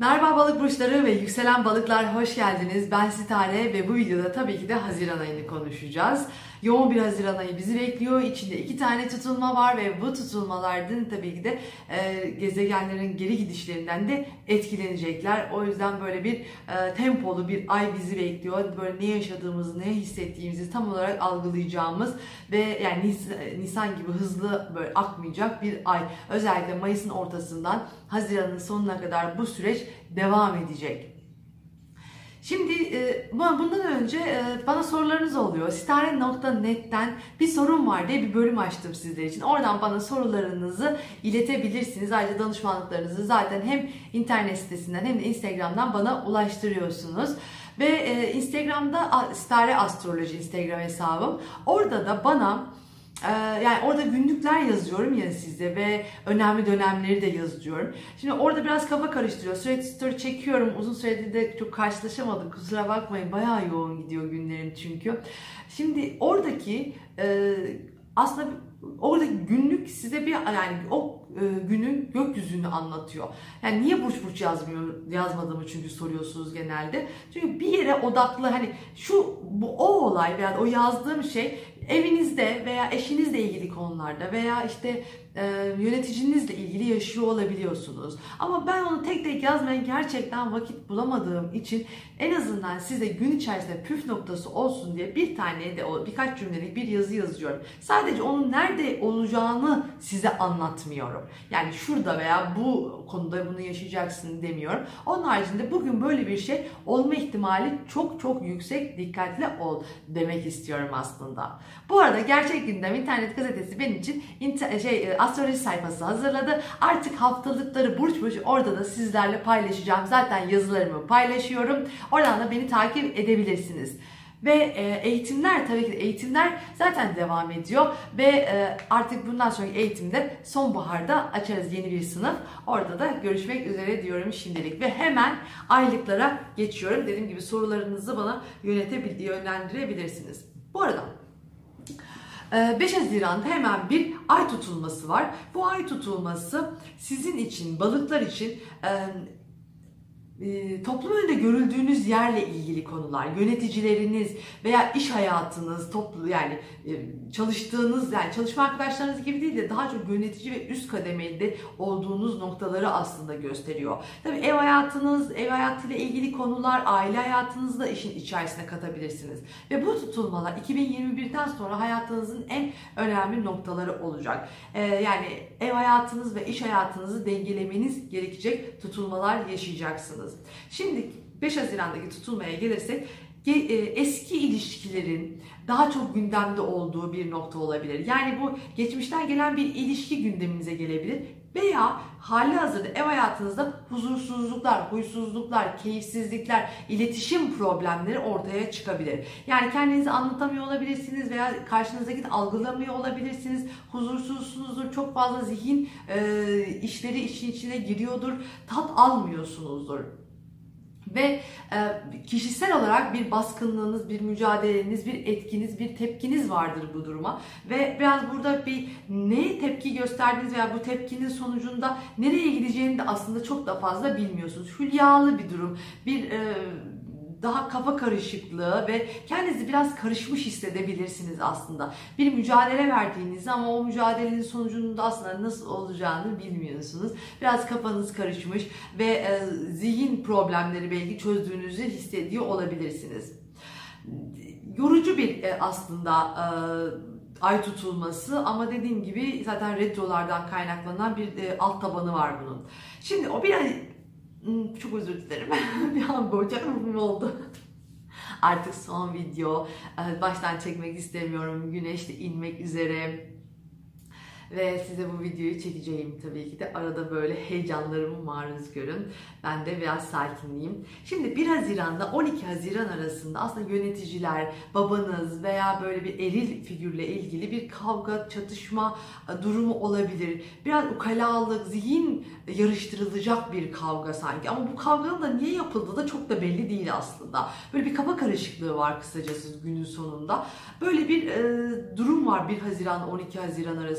Merhaba balık burçları ve yükselen balıklar, hoş geldiniz. Ben Sitare ve bu videoda tabii ki de Haziran ayını konuşacağız. Yoğun bir Haziran ayı bizi bekliyor. İçinde 2 tane tutulma var ve bu tutulmalardan tabii ki de gezegenlerin geri gidişlerinden de etkilenecekler. O yüzden böyle bir tempolu bir ay bizi bekliyor. Böyle ne yaşadığımızı, ne hissettiğimizi tam olarak algılayacağımız ve yani Nisan gibi hızlı böyle akmayacak bir ay. Özellikle Mayıs'ın ortasından Haziran'ın sonuna kadar bu süreç devam edecek. Şimdi bundan önce bana sorularınız oluyor. Sitare.net'ten bir sorun var diye bir bölüm açtım sizler için. Oradan bana sorularınızı iletebilirsiniz. Ayrıca danışmanlıklarınızı zaten hem internet sitesinden hem de Instagram'dan bana ulaştırıyorsunuz. Ve Instagram'da Sitare Astroloji Instagram hesabım. Orada da bana yani orada günlükler yazıyorum ya size ve önemli dönemleri de yazıyorum. Şimdi orada biraz kafa karıştırıyor. Sürekli story çekiyorum. Uzun süredir de çok karşılaşamadık. Kusura bakmayın. Bayağı yoğun gidiyor günlerim çünkü. Şimdi oradaki aslında orada günlük size bir yani o günün gökyüzünü anlatıyor. Yani niye burç burç yazmadığımı çünkü soruyorsunuz genelde. Çünkü bir yere odaklı hani o olay veya o yazdığım şey evinizde veya eşinizle ilgili konularda veya işte yöneticinizle ilgili yaşıyor olabiliyorsunuz. Ama ben onu tek tek yazmaya gerçekten vakit bulamadığım için en azından size gün içerisinde püf noktası olsun diye bir tane de birkaç cümlelik bir yazı yazıyorum. Sadece onun nerede olacağını size anlatmıyorum. Yani şurada veya bu konuda bunu yaşayacaksın demiyorum. Onun haricinde bugün böyle bir şey olma ihtimali çok çok yüksek, dikkatli ol demek istiyorum aslında. Bu arada Gerçek Gündem internet gazetesi benim için astroloji sayfası hazırladı. Artık haftalıkları burç burç orada da sizlerle paylaşacağım. Zaten yazılarımı paylaşıyorum. Oradan da beni takip edebilirsiniz. Ve eğitimler, tabii ki de eğitimler zaten devam ediyor ve artık bundan sonraki eğitimde sonbaharda açarız yeni bir sınıf. Orada da görüşmek üzere diyorum şimdilik ve hemen aylıklara geçiyorum. Dediğim gibi sorularınızı bana yönlendirebilirsiniz. Bu arada 5 Haziran'da hemen bir ay tutulması var. Bu ay tutulması sizin için, balıklar için toplum önünde görüldüğünüz yerle ilgili konular, yöneticileriniz veya iş hayatınız, yani çalıştığınız, yani çalışma arkadaşlarınız gibi değil de daha çok yönetici ve üst kademede olduğunuz noktaları aslında gösteriyor. Tabii ev hayatıyla ilgili konular, aile hayatınızı da işin içerisine katabilirsiniz. Ve bu tutulmalar 2021'den sonra hayatınızın en önemli noktaları olacak. Yani ev hayatınız ve iş hayatınızı dengelemeniz gerekecek tutulmalar yaşayacaksınız. Şimdi 5 Haziran'daki tutulmaya gelirsek eski ilişkilerin daha çok gündemde olduğu bir nokta olabilir. Yani bu geçmişten gelen bir ilişki gündeminize gelebilir veya halihazırda ev hayatınızda huzursuzluklar, huysuzluklar, keyifsizlikler, iletişim problemleri ortaya çıkabilir. Yani kendinizi anlatamıyor olabilirsiniz veya karşınızdakini algılamıyor olabilirsiniz. Huzursuzsunuzdur, çok fazla zihin işleri işin içine giriyordur, tat almıyorsunuzdur. Ve kişisel olarak bir baskınlığınız, bir mücadeleniz, bir etkiniz, bir tepkiniz vardır bu duruma. Ve biraz burada bir neye tepki gösterdiğiniz veya bu tepkinin sonucunda nereye gideceğini de aslında çok da fazla bilmiyorsunuz. Hülyalı bir durum, bir daha kafa karışıklığı ve kendinizi biraz karışmış hissedebilirsiniz aslında. Bir mücadele verdiğinizde ama o mücadelenin sonucunda aslında nasıl olacağını bilmiyorsunuz. Biraz kafanız karışmış ve zihin problemleri belki çözdüğünüzü hissediyor olabilirsiniz. Yorucu bir aslında ay tutulması ama dediğim gibi zaten retrolardan kaynaklanan bir alt tabanı var bunun. Şimdi o bir çok özür dilerim. Bir an bocam oldu. Artık son video. Baştan çekmek istemiyorum. Güneş de inmek üzere. Ve size bu videoyu çekeceğim tabii ki de. Arada böyle heyecanlarımı maruz görün. Ben de biraz sakinleyeyim. Şimdi 1 Haziran'da 12 Haziran arasında aslında yöneticiler, babanız veya böyle bir eril figürle ilgili bir kavga, çatışma durumu olabilir. Biraz ukalalık, zihin yarıştırılacak bir kavga sanki. Ama bu kavganın da niye yapıldığı da çok da belli değil aslında. Böyle bir kafa karışıklığı var kısacası günün sonunda. Böyle bir durum var 1 Haziran 12 Haziran arasında. Buna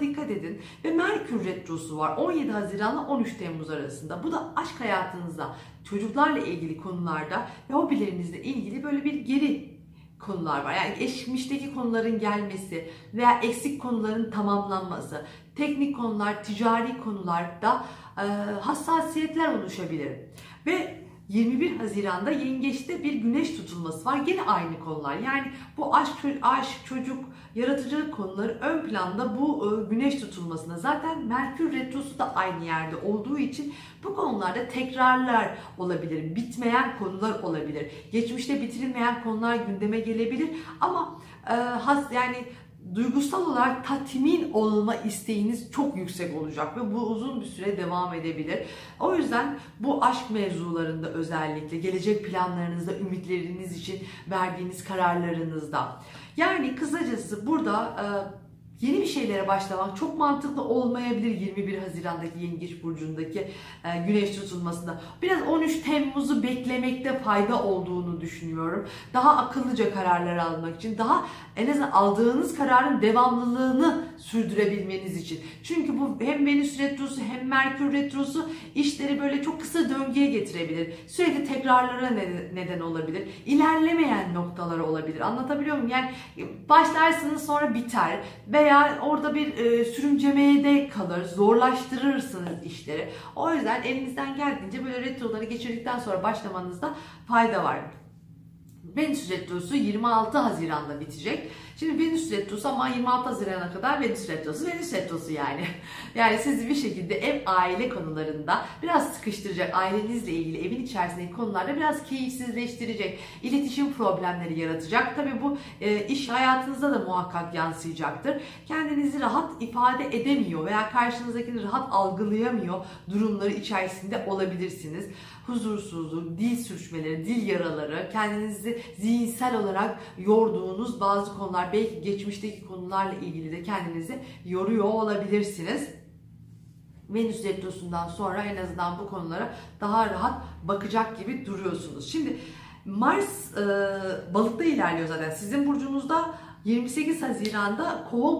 dikkat edin. Ve Merkür Retrosu var 17 Haziran'la 13 Temmuz arasında. Bu da aşk hayatınızda, çocuklarla ilgili konularda ve hobilerinizle ilgili böyle bir geri konular var. Yani geçmişteki konuların gelmesi veya eksik konuların tamamlanması, teknik konular, ticari konularda hassasiyetler oluşabilir. Ve 21 Haziran'da Yengeç'te bir güneş tutulması var. Gene aynı konular. Yani bu aşk, çocuk, yaratıcılık konuları ön planda bu güneş tutulmasında. Zaten Merkür Retrosu da aynı yerde olduğu için bu konularda tekrarlar olabilir. Bitmeyen konular olabilir. Geçmişte bitirilmeyen konular gündeme gelebilir. Ama yani duygusal olarak tatmin olma isteğiniz çok yüksek olacak ve bu uzun bir süre devam edebilir. O yüzden bu aşk mevzularında özellikle gelecek planlarınızda, ümitleriniz için verdiğiniz kararlarınızda. Yani kısacası burada yeni bir şeylere başlamak çok mantıklı olmayabilir 21 Haziran'daki Yengeç Burcu'ndaki güneş tutulmasında. Biraz 13 Temmuz'u beklemekte fayda olduğunu düşünüyorum. Daha akıllıca kararlar almak için, daha en azından aldığınız kararın devamlılığını sürdürebilmeniz için. Çünkü bu hem Venüs Retrosu hem Merkür Retrosu işleri böyle çok kısa döngüye getirebilir. Sürekli tekrarlara neden olabilir. İlerlemeyen noktalar olabilir. Anlatabiliyor muyum? Yani başlarsınız sonra biter veya orada bir sürüncemeye de kalır, zorlaştırırsınız işleri. O yüzden elinizden geldiğince böyle retroları geçirdikten sonra başlamanızda fayda var. Venüs Retrosu 26 Haziran'da bitecek. Şimdi Venüs Retrosu ama 26 Haziran'a kadar Venüs Retrosu yani. Yani sizi bir şekilde ev aile konularında biraz sıkıştıracak, ailenizle ilgili evin içerisindeki konularda biraz keyifsizleştirecek, iletişim problemleri yaratacak. Tabii bu iş hayatınızda da muhakkak yansıyacaktır. Kendinizi rahat ifade edemiyor veya karşınızdakini rahat algılayamıyor durumları içerisinde olabilirsiniz. Huzursuzluk, dil sürçmeleri, dil yaraları, kendinizi zihinsel olarak yorduğunuz bazı konular, belki geçmişteki konularla ilgili de kendinizi yoruyor olabilirsiniz. Venüs Retrosu'ndan sonra en azından bu konulara daha rahat bakacak gibi duruyorsunuz. Şimdi Mars balıkta ilerliyor zaten. Sizin burcunuzda 28 Haziran'da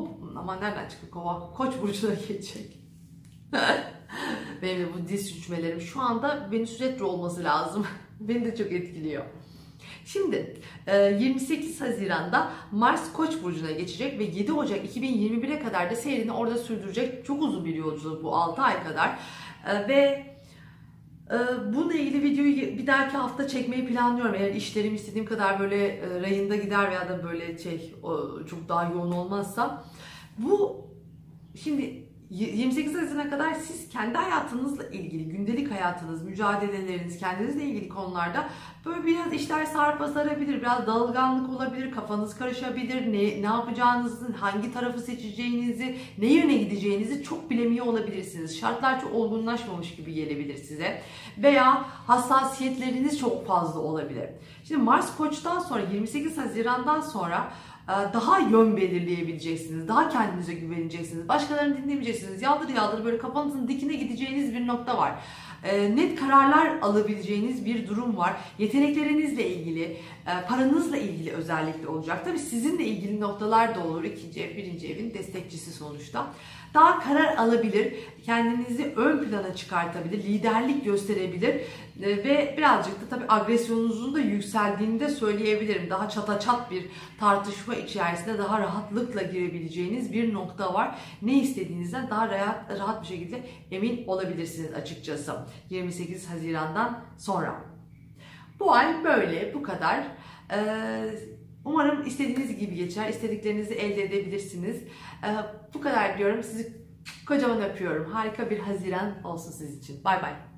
Koç burcuna geçecek. Benim de bu dil sürçmelerim şu anda Venüs Retro olması lazım. Beni de çok etkiliyor. Şimdi 28 Haziran'da Mars Koç burcuna geçecek ve 7 Ocak 2021'e kadar da seyrini orada sürdürecek. Çok uzun bir yolculuk bu, 6 ay kadar. Ve bununla ilgili videoyu bir dahaki hafta çekmeyi planlıyorum. Eğer işlerim istediğim kadar böyle rayında gider veya da böyle çok daha yoğun olmazsa. Bu şimdi 28 Haziran'a kadar siz kendi hayatınızla ilgili, gündelik hayatınız, mücadeleleriniz, kendinizle ilgili konularda böyle biraz işler sarpa sarabilir, biraz dağılganlık olabilir, kafanız karışabilir, ne yapacağınızı, hangi tarafı seçeceğinizi, ne yöne gideceğinizi çok bilemiyor olabilirsiniz. Şartlar çok olgunlaşmamış gibi gelebilir size veya hassasiyetleriniz çok fazla olabilir. Şimdi Mars Koç'tan sonra 28 Haziran'dan sonra daha yön belirleyebileceksiniz, daha kendinize güveneceksiniz, başkalarını dinlemeyeceksiniz, yaldır yaldır böyle kafanızın dikine gideceğiniz bir nokta var. Net kararlar alabileceğiniz bir durum var. Yeteneklerinizle ilgili, paranızla ilgili özellikle olacak. Tabii sizinle ilgili noktalar da olur. İkinci ev, birinci evin destekçisi sonuçta. Daha karar alabilir, kendinizi ön plana çıkartabilir, liderlik gösterebilir ve birazcık da tabii agresyonunuzun da yükseldiğini de söyleyebilirim. Daha çataçat bir tartışma içerisinde daha rahatlıkla girebileceğiniz bir nokta var. Ne istediğinizden daha rahat bir şekilde emin olabilirsiniz açıkçası 28 Haziran'dan sonra. Bu ay böyle, bu kadar. Umarım istediğiniz gibi geçer, istediklerinizi elde edebilirsiniz. Bu kadar diyorum. Sizi kocaman öpüyorum. Harika bir Haziran olsun siz için. Bay bay.